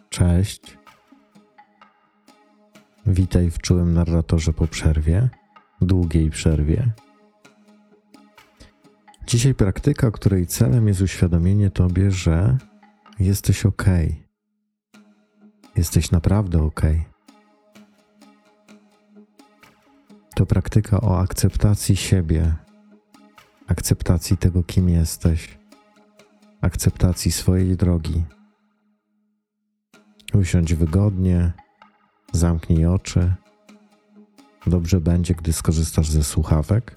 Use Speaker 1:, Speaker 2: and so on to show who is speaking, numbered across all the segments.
Speaker 1: Cześć. Witaj w czułym narratorze po przerwie, długiej przerwie. Dzisiaj praktyka, której celem jest uświadomienie Tobie, że jesteś okej. Jesteś naprawdę okej. To praktyka o akceptacji siebie, akceptacji tego, kim jesteś, akceptacji swojej drogi. Usiądź wygodnie, zamknij oczy. Dobrze będzie, gdy skorzystasz ze słuchawek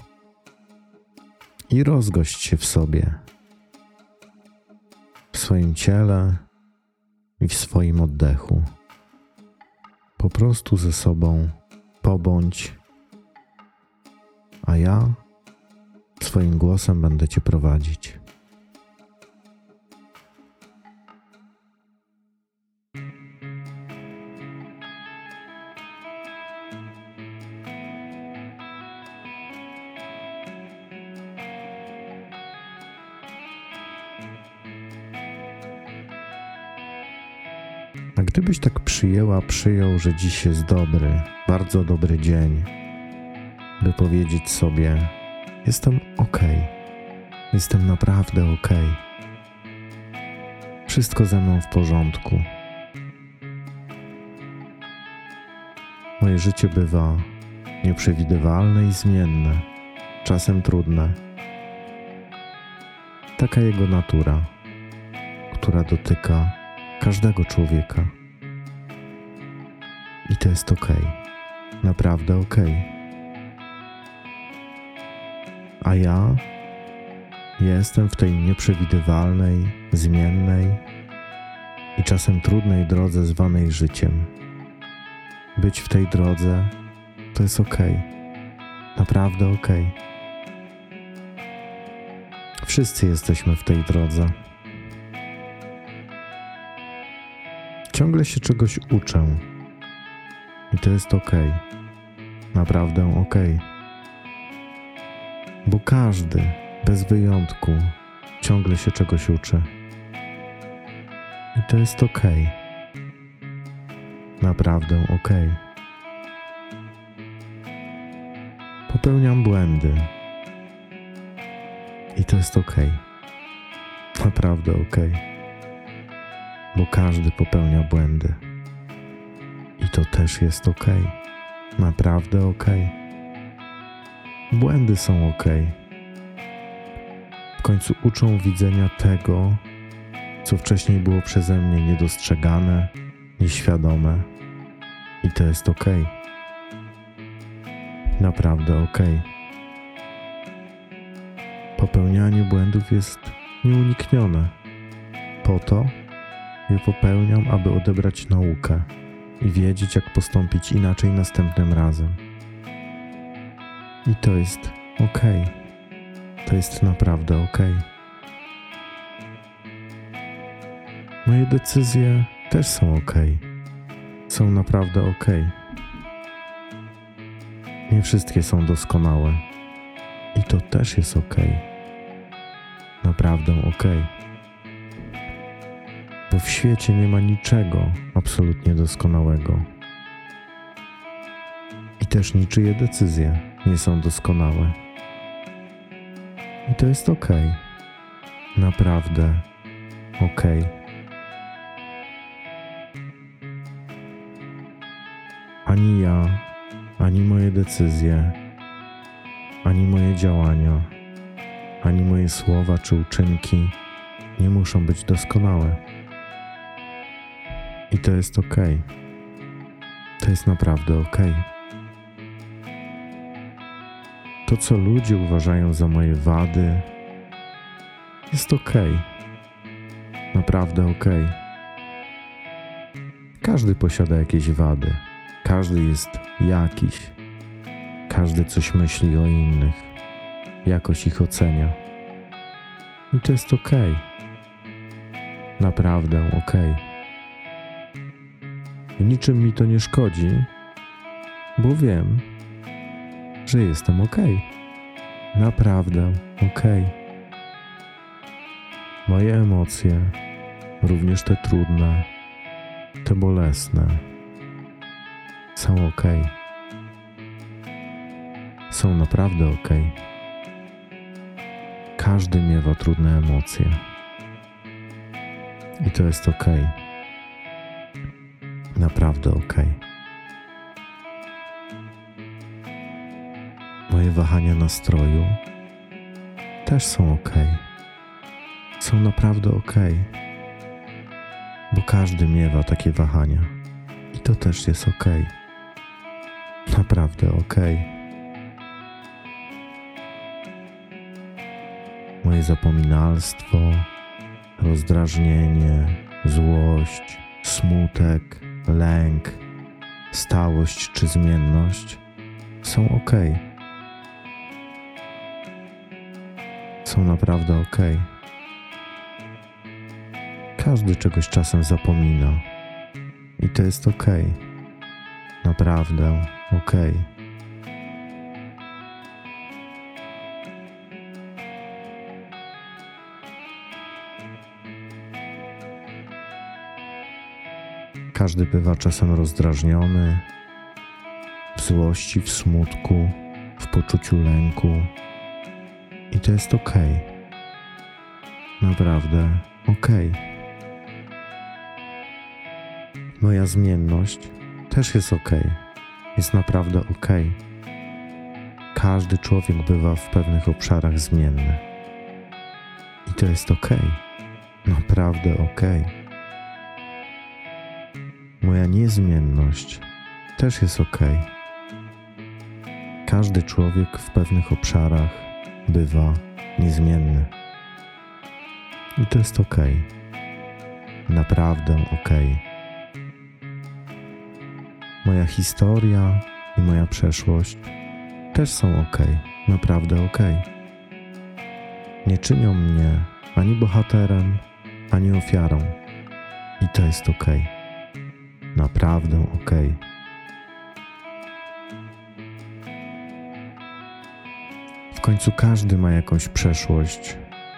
Speaker 1: i rozgość się w sobie, w swoim ciele i w swoim oddechu. Po prostu ze sobą pobądź, a ja swoim głosem będę Cię prowadzić. A gdybyś tak przyjął, że dziś jest dobry, bardzo dobry dzień, by powiedzieć sobie: jestem okej, jestem naprawdę okej, wszystko ze mną w porządku. Moje życie bywa nieprzewidywalne i zmienne, czasem trudne. Taka jego natura, która dotyka każdego człowieka. I to jest okej, naprawdę okej. A ja jestem w tej nieprzewidywalnej, zmiennej i czasem trudnej drodze zwanej życiem. Być w tej drodze to jest okej, naprawdę okej. Wszyscy jesteśmy w tej drodze. Ciągle się czegoś uczę i to jest okej, naprawdę okej. Bo każdy, bez wyjątku, ciągle się czegoś uczy i to jest okej, naprawdę okej. Popełniam błędy i to jest okej, naprawdę okej. Bo każdy popełnia błędy. I to też jest okej. Naprawdę okej. Błędy są okej. W końcu uczą widzenia tego, co wcześniej było przeze mnie niedostrzegane, nieświadome. I to jest okej. Naprawdę okej. Popełnianie błędów jest nieuniknione. Po to je popełniam, aby odebrać naukę i wiedzieć, jak postąpić inaczej następnym razem. I to jest okej. To jest naprawdę okej. Moje decyzje też są okej. Są naprawdę okej. Nie wszystkie są doskonałe. I to też jest okej. Naprawdę okej. Bo w świecie nie ma niczego absolutnie doskonałego. I też niczyje decyzje nie są doskonałe. I to jest okej. Naprawdę okej. Ani ja, ani moje decyzje, ani moje działania, ani moje słowa czy uczynki nie muszą być doskonałe. I to jest okej. To jest naprawdę okej. To, co ludzie uważają za moje wady, jest okej. Naprawdę okej. Każdy posiada jakieś wady. Każdy jest jakiś. Każdy coś myśli o innych. Jakoś ich ocenia. I to jest okej. Naprawdę okej. I niczym mi to nie szkodzi, bo wiem, że jestem okej. Naprawdę okej. Moje emocje, również te trudne, te bolesne są ok. Są naprawdę ok. Każdy miewa trudne emocje. I to jest ok. Naprawdę ok. Moje wahania nastroju też są ok. Są naprawdę ok. Bo każdy miewa takie wahania. I to też jest ok. Naprawdę ok. Moje zapominalstwo, rozdrażnienie, złość, smutek, lęk, stałość czy zmienność są ok. Są naprawdę ok. Każdy czegoś czasem zapomina. I to jest ok. Naprawdę ok. Każdy bywa czasem rozdrażniony, w złości, w smutku, w poczuciu lęku. I to jest ok. Naprawdę ok. Moja zmienność też jest ok. Jest naprawdę ok. Każdy człowiek bywa w pewnych obszarach zmienny. I to jest ok. Naprawdę ok. Moja niezmienność też jest ok. Każdy człowiek w pewnych obszarach bywa niezmienny. I to jest ok. Naprawdę ok. Moja historia i moja przeszłość też są ok. Naprawdę ok. Nie czynią mnie ani bohaterem, ani ofiarą. I to jest ok. Naprawdę ok. W końcu każdy ma jakąś przeszłość.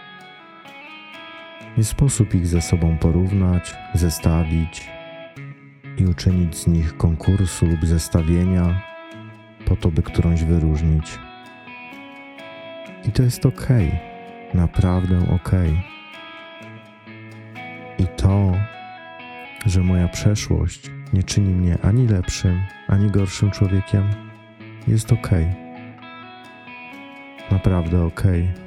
Speaker 1: Nie sposób ich ze sobą porównać, zestawić i uczynić z nich konkursu lub zestawienia po to, by którąś wyróżnić. I to jest ok. Naprawdę ok. I to, że moja przeszłość nie czyni mnie ani lepszym, ani gorszym człowiekiem, jest ok. Naprawdę ok.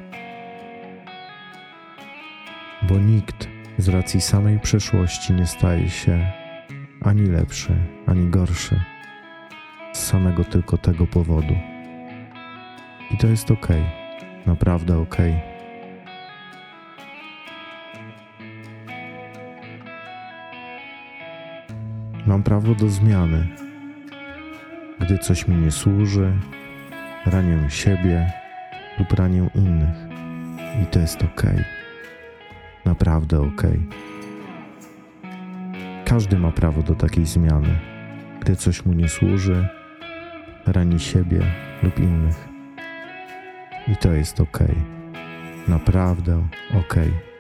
Speaker 1: Bo nikt z racji samej przeszłości nie staje się ani lepszy, ani gorszy. Z samego tylko tego powodu. I to jest ok. Naprawdę ok. Mam prawo do zmiany. Gdy coś mi nie służy, ranię siebie lub ranię innych. I to jest ok. Naprawdę ok. Każdy ma prawo do takiej zmiany. Gdy coś mu nie służy, rani siebie lub innych. I to jest ok. Naprawdę ok.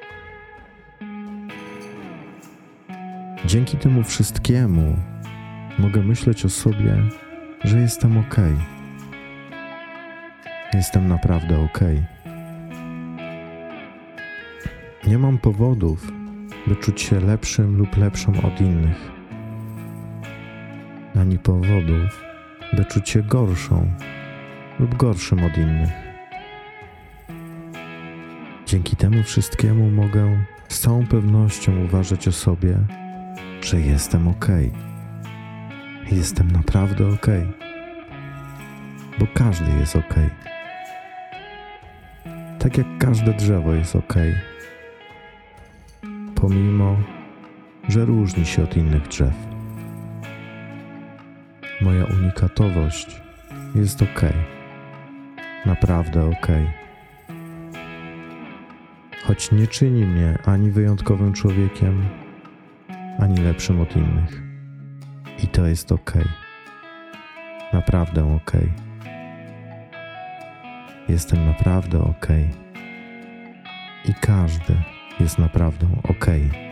Speaker 1: Dzięki temu wszystkiemu mogę myśleć o sobie, że jestem ok. Jestem naprawdę ok. Nie mam powodów, by czuć się lepszym lub lepszą od innych. Ani powodów, by czuć się gorszą lub gorszym od innych. Dzięki temu wszystkiemu mogę z całą pewnością uważać o sobie, że jestem ok. Jestem naprawdę ok. Bo każdy jest ok. Tak jak każde drzewo jest ok. Pomimo, że różni się od innych drzew. Moja unikatowość jest ok. Naprawdę ok. Choć nie czyni mnie ani wyjątkowym człowiekiem, ani lepszym od innych. I to jest ok. Naprawdę ok. Jestem naprawdę ok. I każdy jest naprawdę ok.